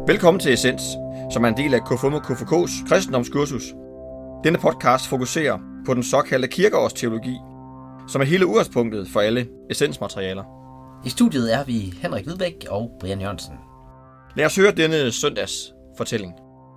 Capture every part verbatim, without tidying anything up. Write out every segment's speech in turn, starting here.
Velkommen til Essens, som er en del af K F U M og K F K's kristendomskursus. Denne podcast fokuserer på den såkaldte kirkeårsteologi, som er hele udgangspunktet for alle essensmaterialer. I studiet er vi Henrik Hvidbæk og Brian Jørgensen. Lad os høre denne søndags fortælling.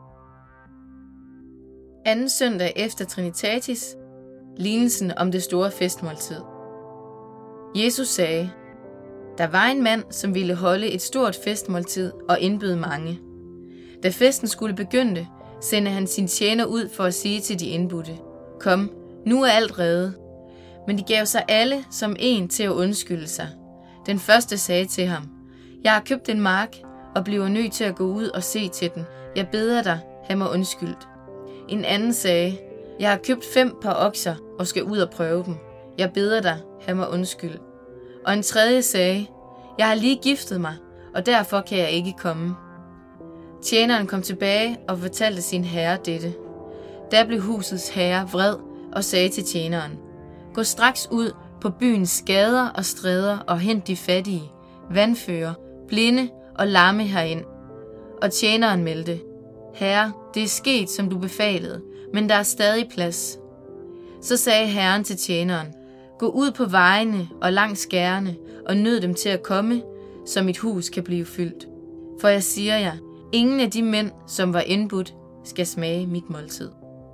Anden søndag efter Trinitatis, lignelsen om det store festmåltid. Jesus sagde, der var en mand, som ville holde et stort festmåltid og indbyde mange. Da festen skulle begynde, sendte han sin tjener ud for at sige til de indbudte, kom, nu er alt rede. Men de gav sig alle som en til at undskylde sig. Den første sagde til ham, jeg har købt en mark og bliver nødt til at gå ud og se til den. Jeg beder dig, have mig undskyldt. En anden sagde, jeg har købt fem par okser og skal ud og prøve dem. Jeg beder dig, have mig undskyld. Og en tredje sagde, jeg har lige giftet mig, og derfor kan jeg ikke komme. Tjeneren kom tilbage og fortalte sin herre dette. Der blev husets herre vred og sagde til tjeneren, gå straks ud på byens gader og stræder og hent de fattige, vandfører, blinde og lamme herind. Og tjeneren meldte, herre, det er sket, som du befalede, men der er stadig plads. Så sagde herren til tjeneren, gå ud på vejene og langs gærene og nød dem til at komme, så mit hus kan blive fyldt. For jeg siger jer, ingen af de mænd, som var indbudt, skal smage mit måltid.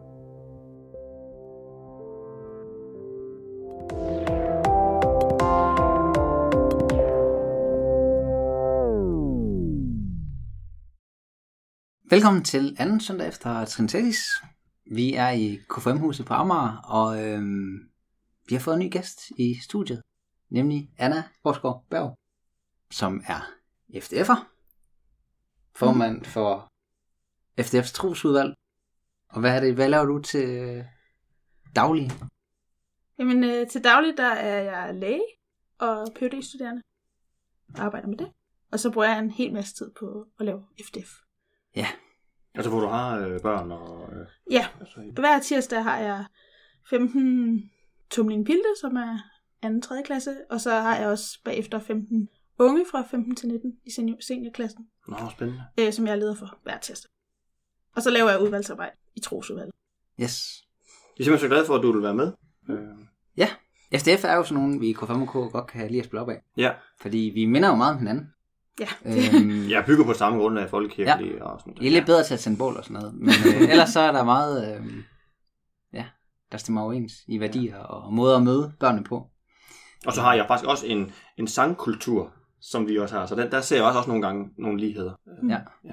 Velkommen til anden søndag efter Trinitatis. Vi er i K F U M-huset på Amager, og øhm, vi har fået en ny gæst i studiet, nemlig Anna Borsgaard Berg, som er F D F'er, formand for F D F's trosudvalg. Og hvad er det, hvad laver du til daglig? Jamen øh, til daglig, der er jeg læge og P H D-studerende. Jeg arbejder med det. Og så bruger jeg en hel masse tid på at lave F D F. Ja. Altså hvor du har øh, børn og... Øh, ja, altså, hver tirsdag har jeg femten tumling pilte, som er anden tredje klasse. Og så har jeg også bagefter femten unge fra femten til nitten i senior, seniorklassen. Nå, spændende. Øh, som jeg er leder for hver tirsdag. Og så laver jeg udvalgsarbejde i trosudvalget. Yes. Jeg er simpelthen så glad for, at du vil være med. Øh. Ja, F D F er jo sådan nogen, vi i K F U M og K godt kan lide at spille op af. Ja. Fordi vi minder jo meget om hinanden. Ja. Øhm, jeg bygger på samme grundlag af folkekirkelige ja. og sådan noget. I er lidt bedre til at sende bål og sådan noget. Men øh, ellers så er der meget, øh, ja, der stemmer overens i værdier og måder at møde børnene på. Og så har jeg faktisk også en, en sangkultur, som vi også har. Så den, der ser jeg også, også nogle gange nogle ligheder. Ja. Ja,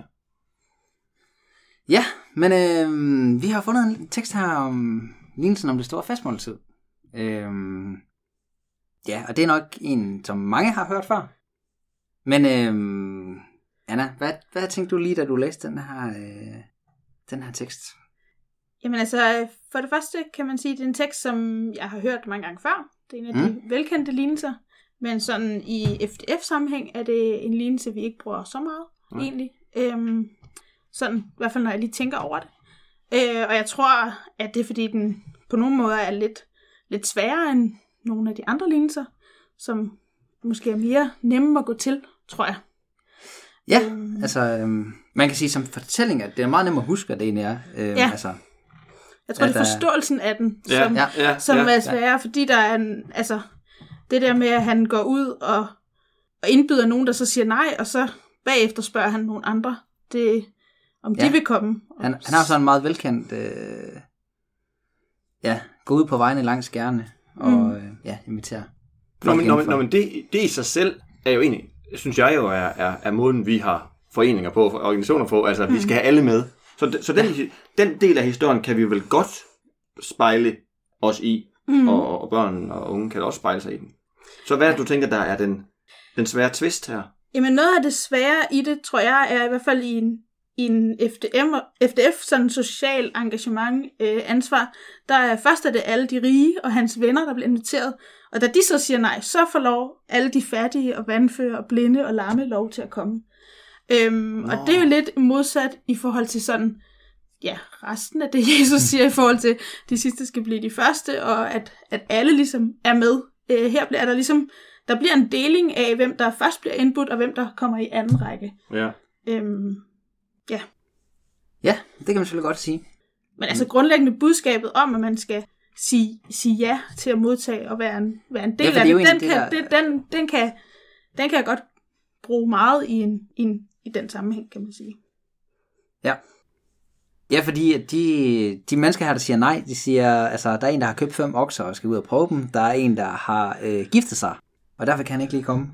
ja men øh, vi har fundet en tekst her om lignelsen om det store festmåltid. Øh, ja, og det er nok en, som mange har hørt før. Men øh, Anna, hvad, hvad tænkte du lige, da du læste den her, øh, den her tekst? Jamen altså, for det første kan man sige, at det er en tekst, som jeg har hørt mange gange før. Det er en af mm. de velkendte lignelser. Men sådan i F D F-sammenhæng er det en lignelse, vi ikke bruger så meget, mm. egentlig. Øhm, sådan, i hvert fald når jeg lige tænker over det. Øh, og jeg tror, at det er fordi, den på nogle måder er lidt, lidt sværere end nogle af de andre lignelser, som måske er mere nemme at gå til, tror jeg. Ja, øhm. altså, øhm, man kan sige som fortælling, at det er meget nemt at huske, at det egentlig er. Øhm, ja. altså, jeg tror, det er forståelsen af den, ja, som, ja, ja, som ja, er sværere, ja. Fordi der er en, altså, det der med, at han går ud og, og indbyder nogen, der så siger nej, og så bagefter spørger han nogle andre, det, om ja. de vil komme. Han, han har sådan en meget velkendt, øh, ja, gå ud på vejene langs gærne, og mm. øh, ja, invitere. Nå, men, nå, nå, men det, det i sig selv er jo egentlig, synes jeg jo, er, er, er måden, vi har foreninger på, organisationer på, altså mm. vi skal have alle med. Så, så den, ja. den del af historien kan vi vel godt spejle os i, mm. og, og børn og unge kan også spejle sig i den. Så hvad er det, du tænker, der er den, den svære twist her? Jamen noget af det svære i det, tror jeg, er i hvert fald i en, i en F D M, F D F, sådan social engagement, øh, ansvar, der er først er det alle de rige og hans venner, der bliver inviteret, og da de så siger nej, så får lov alle de fattige og vandfører og blinde og lamme lov til at komme. Øhm, og det er jo lidt modsat i forhold til sådan, ja, resten af det, Jesus siger i forhold til, de sidste skal blive de første, og at, at alle ligesom er med. Øh, her bliver der ligesom, der bliver en deling af, hvem der først bliver indbudt, og hvem der kommer i anden række. Ja. Øhm, Ja. Ja, det kan man selvfølgelig godt sige. Men altså grundlæggende budskabet om, at man skal sige, sige ja til at modtage og være en, være en del Ja, af det det, er den, det, kan, der... det den, den, kan, den kan jeg godt bruge meget i, en, i, en, i den sammenhæng, kan man sige. Ja. Ja, fordi de, de mennesker her, der siger nej, de siger, altså der er en, der har købt fem okser og skal ud og prøve dem. Der er en, der har øh, giftet sig, og derfor kan han ikke lige komme.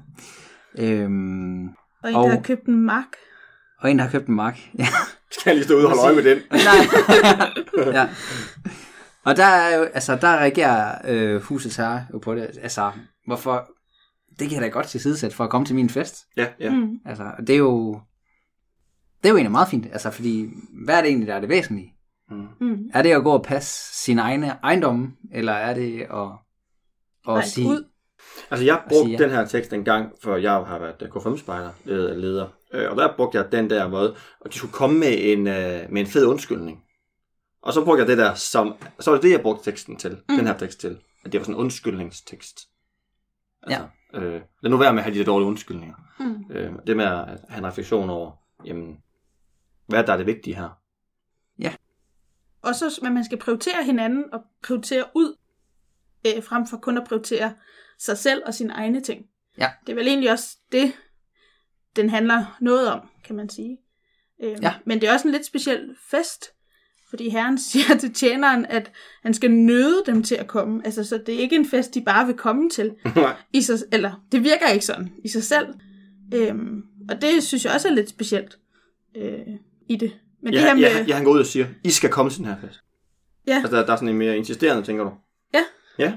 Øhm, Og en, og, der har købt en mark. Og en, der har købt en mark. Ja. Skal jeg lige stå ude og holde øje med den? Nej. Ja. Og der er jo, altså der reagerer øh, husets herre jo på det. Altså, hvorfor, det kan jeg da godt tilsidesætte for at komme til min fest. Ja, ja. Mm. Altså, det er jo, det er jo egentlig meget fint. Altså, fordi, hvad er det egentlig, der er det væsentlige? Mm. Mm. Er det at gå og passe sine egne ejendomme, eller er det at, at Nej, sige... ud. Altså, jeg brugte sige, ja. den her tekst en gang, for jeg har været K fem-spejder leder. Og der brugte jeg den der måde, og de skulle komme med en, med en fed undskyldning. Og så brugte jeg det der som... Så var det det, jeg brugte teksten til. Mm. Den her tekst til. At det var sådan en undskyldningstekst. Altså, ja. øh, lad nu være med at have de der dårlige undskyldninger. Mm. Øh, det med at have en refleksion over, jamen, hvad der er det vigtige her. Ja. Og så, at man skal prioritere hinanden og prioritere ud, øh, frem for kun at prioritere sig selv og sine egne ting. Ja. Det er vel egentlig også det, den handler noget om, kan man sige. Øh, ja. Men det er også en lidt speciel fest, fordi Herren siger til tjeneren, at han skal nøde dem til at komme. Altså, så det er ikke en fest, de bare vil komme til. I sig, eller det virker ikke sådan i sig selv. Øhm, og det synes jeg også er lidt specielt øh, i det. Men ja, det her med... ja, ja, han går ud og siger, I skal komme til den her fest. Ja. Altså, der, der er sådan en mere insisterende, tænker du? Ja. Ja.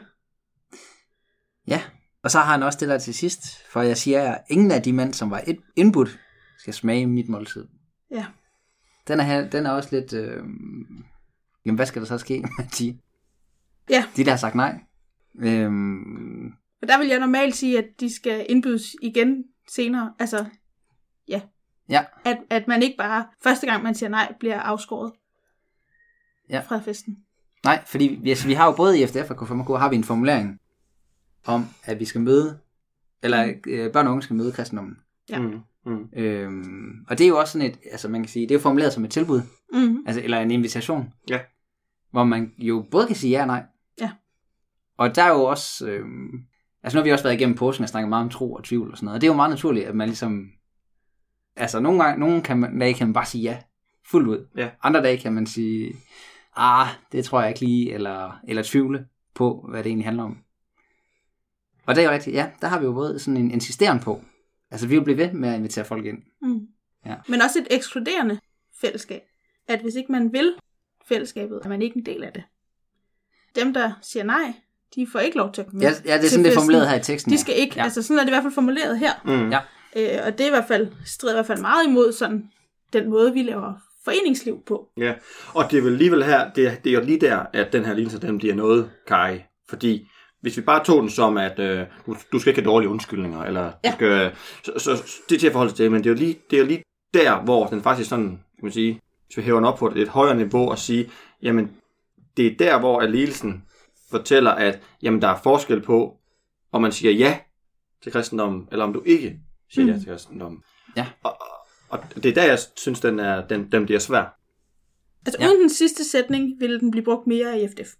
Ja, og så har han også det der til sidst, for jeg siger, at ingen af de mænd, som var indbudt, skal smage mit måltid. Ja. Den er, den er også lidt... Øh... Jamen, hvad skal der så ske med de, ja. de der har sagt nej? Øhm... Og der vil jeg normalt sige, at de skal indbydes igen senere. Altså, ja. Ja. At, at man ikke bare, første gang man siger nej, bliver afskåret ja. fra festen. Nej, fordi vi, altså, vi har jo både i F D F og K fem K, har vi en formulering om, at vi skal møde, eller øh, børn og unge skal møde kristendommen. Ja. Mm. Mm. Øhm, og det er jo også sådan et, altså man kan sige, det er jo formuleret som et tilbud, mm. altså, eller en invitation, ja. hvor man jo både kan sige ja og nej. Ja. Og der er jo også, øhm, altså nu har vi også været igennem påsken og snakket meget om tro og tvivl og sådan noget, og det er jo meget naturligt, at man ligesom, altså nogle gange, nogle kan man, dage kan man bare sige ja, fuldt ud. Ja. Andre dage kan man sige, ah, det tror jeg ikke lige, eller, eller tvivle på, hvad det egentlig handler om. Og det er jo rigtigt, ja, der har vi jo både sådan en insisteren på. Altså, vi vil blive ved med at invitere folk ind. Mm. Ja. Men også et ekskluderende fællesskab. At hvis ikke man vil fællesskabet, er man ikke en del af det. Dem, der siger nej, de får ikke lov til at komme ja, ja, det er sådan, det er formuleret her i teksten. De skal ikke, ja. altså sådan er det i hvert fald formuleret her. Mm. Ja. Øh, og det er i hvert fald, strider i hvert fald meget imod sådan, den måde, vi laver foreningsliv på. Ja, og det er vel alligevel her, det er, det er jo lige der, at den her lignelse, den bliver noget, Kari. Fordi hvis vi bare tog den som, at øh, du, du skal ikke have dårlige undskyldninger, eller ja. du skal, så, så det er til at forholde sig til, men det er jo lige, det er jo lige der, hvor den faktisk sådan, kan man sige, hvis vi hæver den op på et, et højere niveau og sige, jamen, det er der, hvor lignelsen fortæller, at jamen, der er forskel på, om man siger ja til kristendommen, eller om du ikke siger mm. ja til kristendommen. Ja. Og, og det er der, jeg synes, den, er, den, den bliver svær. Altså ja. Uden den sidste sætning, ville den blive brugt mere i F D F.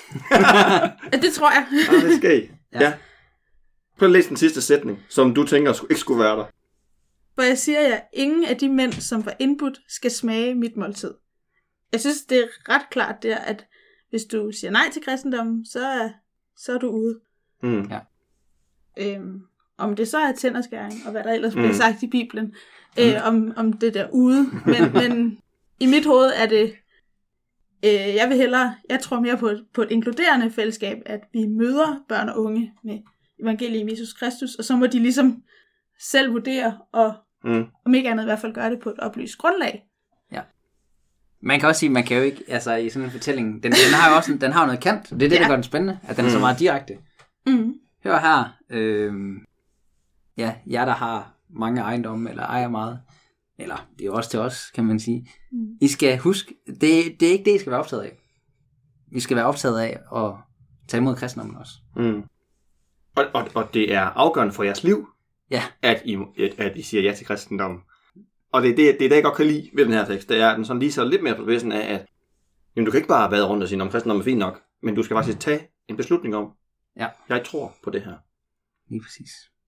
Det tror jeg. Ja, det skal I. Ja. ja. Prøv at læse den sidste sætning, som du tænker ikke skulle være der. Hvor jeg siger, at ingen af de mænd, som var indbudt, skal smage mit måltid. Jeg synes, det er ret klart der, at hvis du siger nej til kristendommen, så er, så er du ude. Mm. Ja. Øhm, om det så er tænderskæring, og hvad der ellers mm. bliver sagt i Bibelen, øh, mm. om, om det der ude. Men, men i mit hoved er det, øh, jeg vil hellere, jeg tror mere på, på et inkluderende fællesskab, at vi møder børn og unge med evangeliet i Jesus Kristus, og så må de ligesom selv vurdere, og mm. om ikke andet i hvert fald gøre det på et oplyst grundlag. Ja. Man kan også sige, man kan jo ikke, altså i sådan en fortælling, den, den har jo også, den har jo noget kant, det er det, ja. der gør den spændende, at den er så meget direkte. Mm. Hør her, øh, ja, jer der har mange ejendomme, eller ejer meget, eller det er jo også til os, kan man sige. Mm. I skal huske, det, det er ikke det, I skal være optaget af. I skal være optaget af at tage imod kristendommen også. Mm. Og, og, og det er afgørende for jeres liv, ja. at, I, at, at I siger ja til kristendommen. Og det er det, det, er det jeg godt kan lide ved den her tekst, det er, at den sådan lige så lidt mere på spidsen af, at jamen, du kan ikke bare være rundt og sige, om kristendom er fint nok, men du skal faktisk tage en beslutning om, Ja. jeg tror på det her. Lige præcis.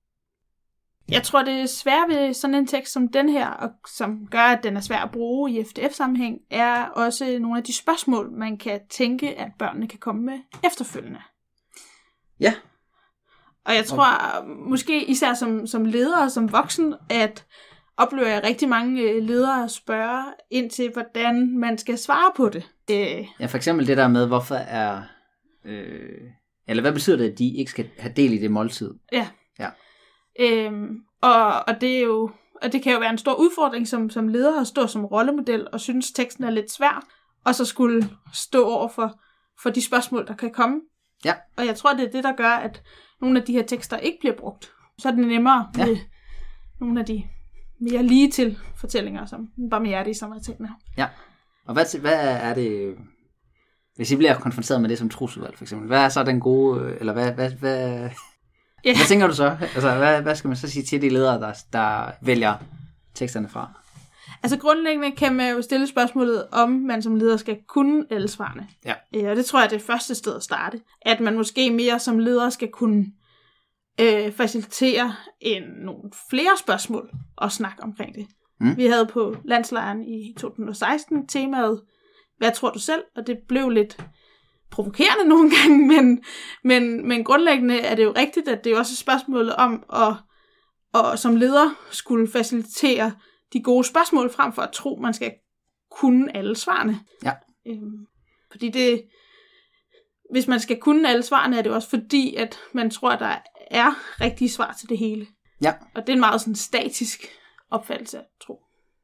Jeg tror, det er svært ved sådan en tekst som den her, og som gør, at den er svær at bruge i F D F-sammenhæng, er også nogle af de spørgsmål, man kan tænke, at børnene kan komme med efterfølgende. Ja. Og jeg tror, måske især som, som leder og som voksen, at oplever jeg rigtig mange ledere spørge ind til, hvordan man skal svare på det. Øh. Ja, for eksempel det der med, hvorfor er... Øh, eller hvad betyder det, at de ikke skal have del i det måltid? Ja. Ja. Øhm, og, og det er jo, og det kan jo være en stor udfordring som, som leder at stå som rollemodel og synes teksten er lidt svær, og så skulle stå over for, for de spørgsmål, der kan komme. Ja. Og jeg tror, det er det, der gør, at nogle af de her tekster ikke bliver brugt. Så er det nemmere ja. med nogle af de mere lige til fortællinger, som barmhjertige, som er tingene. Ja. Og hvad, hvad er det, hvis I bliver konfronteret med det som trosudvalg for eksempel, hvad er så den gode, eller hvad, hvad, hvad, ja. hvad tænker du så? Altså, hvad, hvad skal man så sige til de ledere, der, der vælger teksterne fra? Altså grundlæggende kan man jo stille spørgsmålet, om man som leder skal kunne alle svarene. Ja. Ja, og det tror jeg er det første sted at starte. At man måske mere som leder skal kunne øh, facilitere en, nogle flere spørgsmål og snakke omkring det. Mm. Vi havde på landslejren i to tusind og seksten temaet, hvad tror du selv? Og det blev lidt provokerende nogle gange, men, men, men grundlæggende er det jo rigtigt, at det er også et spørgsmål om at, at som leder skulle facilitere de gode spørgsmål, frem for at tro, man skal kunne alle svarene. Ja. Øhm, fordi det, hvis man skal kunne alle svarene, er det også fordi, at man tror, at der er rigtige svar til det hele. Ja. Og det er en meget sådan statisk opfattelse af tro.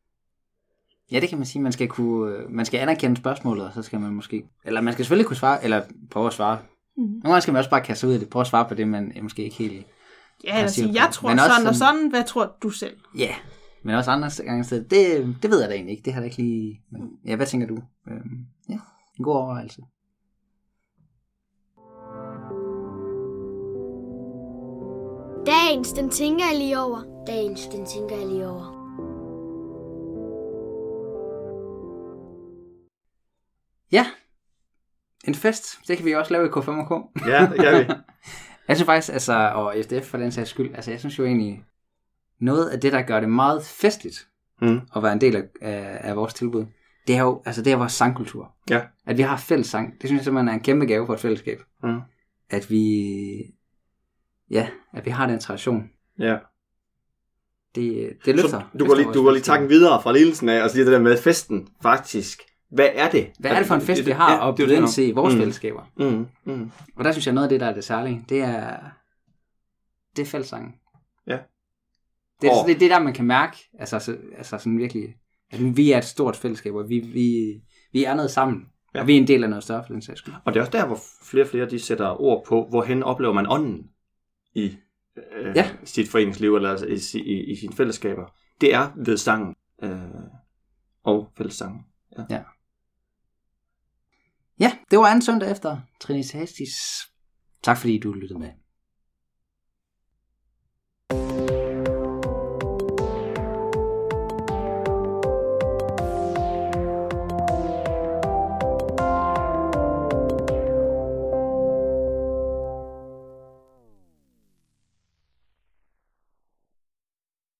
Ja, det kan man sige. Man skal kunne, man skal anerkende spørgsmålet, og så skal man måske, eller man skal selvfølgelig kunne svare, eller prøve at svare. Mm-hmm. Nogle gange skal man også bare kaste ud af det, prøve at svare på det, man måske ikke helt. Ja, eller sige, jeg tror sådan, sådan og sådan, hvad tror du selv? Ja, men også andre gange, det, det ved jeg da egentlig ikke, det har jeg ikke lige, men ja, hvad tænker du? Øhm, ja, en god overvejelse. Dagens, den tænker jeg lige over. Dagens, den tænker jeg lige over. Ja, en fest, det kan vi også lave i K fem og K. Ja, det kan vi. Jeg synes faktisk, altså, og F D F for den sags skyld, altså jeg synes jo egentlig, noget af det, der gør det meget festligt mm. at være en del af, af, af vores tilbud, det er jo, altså det er vores sangkultur. Ja. At vi har fælles sang, det synes jeg simpelthen er en kæmpe gave for et fællesskab. Mm. At vi, ja, at vi har den tradition. Ja. Det, det løfter. Så du går lige, du går lige takken videre fra lidelsen af, og siger det der med festen, faktisk. Hvad er det? Hvad er det for en fest, vi har ja, at byde ind til i vores mm. fællesskaber? Mm. Mm. Og der synes jeg, noget af det, der er det særlige, det er, det er fællessangen. Ja. Det er, oh. det, det er der, man kan mærke, altså, så, altså sådan virkelig, at vi er et stort fællesskab, og vi, vi, vi er noget sammen, ja. Og vi er en del af noget større for den sags skyld. Og det er også der, hvor flere og flere de sætter ord på, hvorhen oplever man ånden i øh, ja. sit foreningsliv, eller altså, i, i, i sine fællesskaber. Det er ved sangen øh, og fællessangen. Ja. Ja. Ja, det var anden søndag efter Trinitatis. Tak fordi du lyttede med.